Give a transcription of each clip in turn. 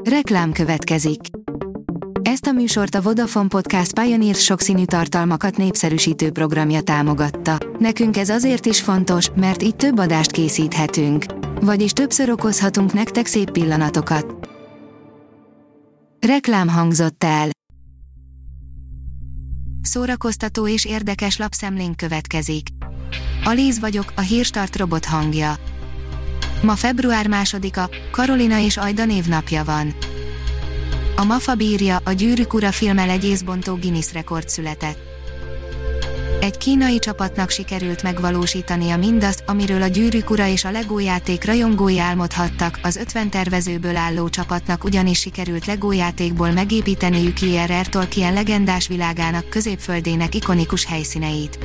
Reklám következik. Ezt a műsort a Vodafone Podcast Pioneer sokszínű tartalmakat népszerűsítő programja támogatta. Nekünk ez azért is fontos, mert így több adást készíthetünk. Vagyis többször okozhatunk nektek szép pillanatokat. Reklám hangzott el. Szórakoztató és érdekes lapszemlénk következik. Alíz vagyok, a Hírstart robot hangja. Ma február 2-a, Karolina és Ajda névnapja van. A MAFA bírja, a Gyűrűk ura filmmel egy észbontó Guinness rekord született. Egy kínai csapatnak sikerült megvalósítania mindazt, amiről a Gyűrűk ura és a Lego játék rajongói álmodhattak, az 50 tervezőből álló csapatnak ugyanis sikerült Lego játékból megépíteniük J.R.R. Tolkien legendás világának középföldének ikonikus helyszíneit.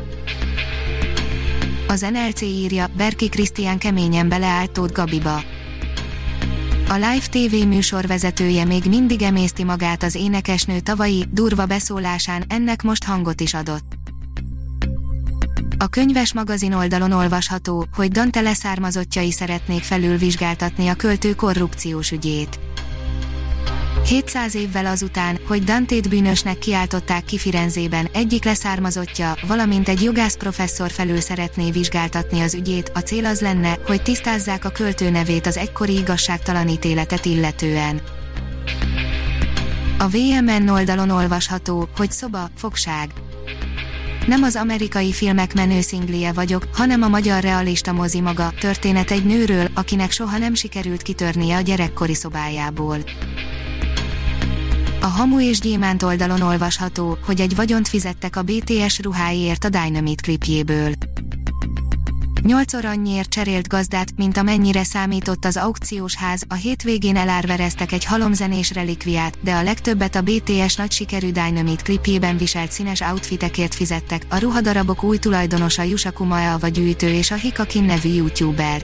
Az NLC írja, Berki Krisztián keményen beleállt Tóth Gabiba. A Live TV műsorvezetője még mindig emészti magát az énekesnő tavalyi, durva beszólásán, ennek most hangot is adott. A Könyves magazin oldalon olvasható, hogy Dante leszármazottjai szeretnék felülvizsgáltatni a költő korrupciós ügyét. 700 évvel azután, hogy Dantét bűnösnek kiáltották ki Firenzében, egyik leszármazottja, valamint egy jogász professzor felül szeretné vizsgáltatni az ügyét, a cél az lenne, hogy tisztázzák a költő nevét az egykori igazságtalan ítéletet illetően. A VMN oldalon olvasható, hogy szoba, fogság. Nem az amerikai filmek menő szinglie vagyok, hanem a magyar realista mozi maga, történet egy nőről, akinek soha nem sikerült kitörnie a gyerekkori szobájából. A Hamu és Gyémánt oldalon olvasható, hogy egy vagyont fizettek a BTS ruháiért a Dynamite klipjéből. 8-szor annyiért cserélt gazdát, mint amennyire számított az aukciós ház, a hétvégén elárvereztek egy halomzenés relikviát, de a legtöbbet a BTS nagy sikerű Dynamite klipjében viselt színes outfitekért fizettek, a ruhadarabok új tulajdonosa Yusaku Maewa gyűjtő és a Hikakin nevű youtuber.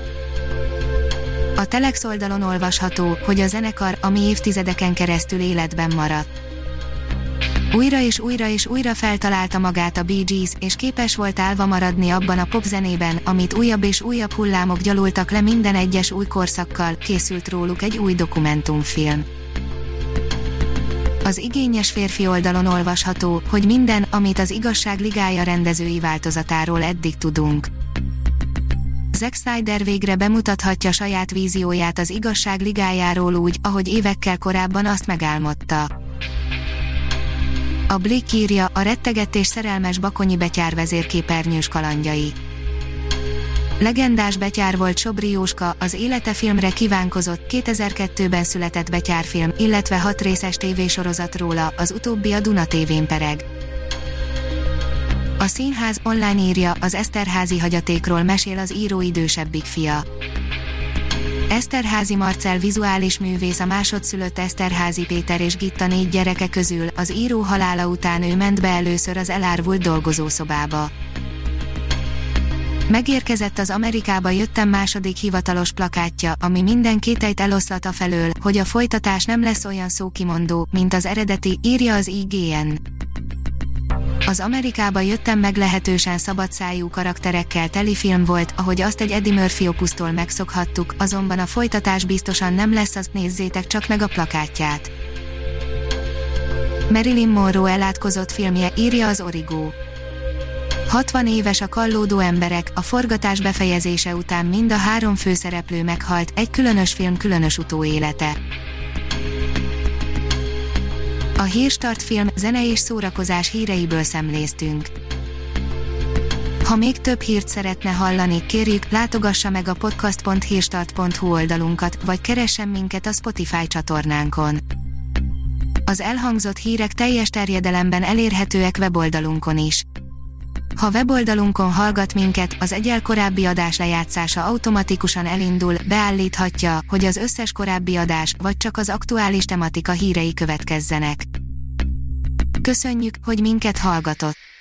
A Telex oldalon olvasható, hogy a zenekar, ami évtizedeken keresztül életben maradt. Újra és újra és újra feltalálta magát a Bee Gees, és képes volt állva maradni abban a popzenében, amit újabb és újabb hullámok gyalultak le minden egyes új korszakkal, készült róluk egy új dokumentumfilm. Az Igényes férfi oldalon olvasható, hogy minden, amit az Igazság Ligája rendezői változatáról eddig tudunk. Zack Snyder végre bemutathatja saját vízióját az Igazság Ligájáról úgy, ahogy évekkel korábban azt megálmodta. A Blick írja, a rettegett és szerelmes Bakonyi betyár vezérképernyős kalandjai. Legendás betyár volt Sobri Jóska, az élete filmre kívánkozott, 2002-ben született betyárfilm, illetve 6 részes tévésorozat róla, az utóbbi a Duna TV-n pereg. A Színház online írja, az Eszterházy hagyatékról mesél az író idősebbik fia. Eszterházy Marcell vizuális művész, a másodszülött Eszterházy Péter és Gitta 4 gyereke közül, az író halála után ő ment be először az elárvult dolgozószobába. Megérkezett az Amerikába jöttem második hivatalos plakátja, ami minden kételyt eloszlat afelől, hogy a folytatás nem lesz olyan szókimondó, mint az eredeti, írja az IGN. Az Amerikába jöttem meglehetősen szabadszájú karakterekkel teli film volt, ahogy azt egy Eddie Murphy opusztól megszokhattuk, azonban a folytatás biztosan nem lesz az, nézzétek csak meg a plakátját. Marilyn Monroe elátkozott filmje, írja az Origo. 60 éves a kallódó emberek, a forgatás befejezése után mind a 3 főszereplő meghalt, egy különös film különös utóélete. A Hírstart film, zene és szórakozás híreiből szemléztünk. Ha még több hírt szeretne hallani, kérjük, látogassa meg a podcast.hírstart.hu oldalunkat, vagy keressen minket a Spotify csatornánkon. Az elhangzott hírek teljes terjedelemben elérhetőek weboldalunkon is. Ha weboldalunkon hallgat minket, az egyel korábbi adás lejátszása automatikusan elindul, beállíthatja, hogy az összes korábbi adás, vagy csak az aktuális tematika hírei következzenek. Köszönjük, hogy minket hallgatott!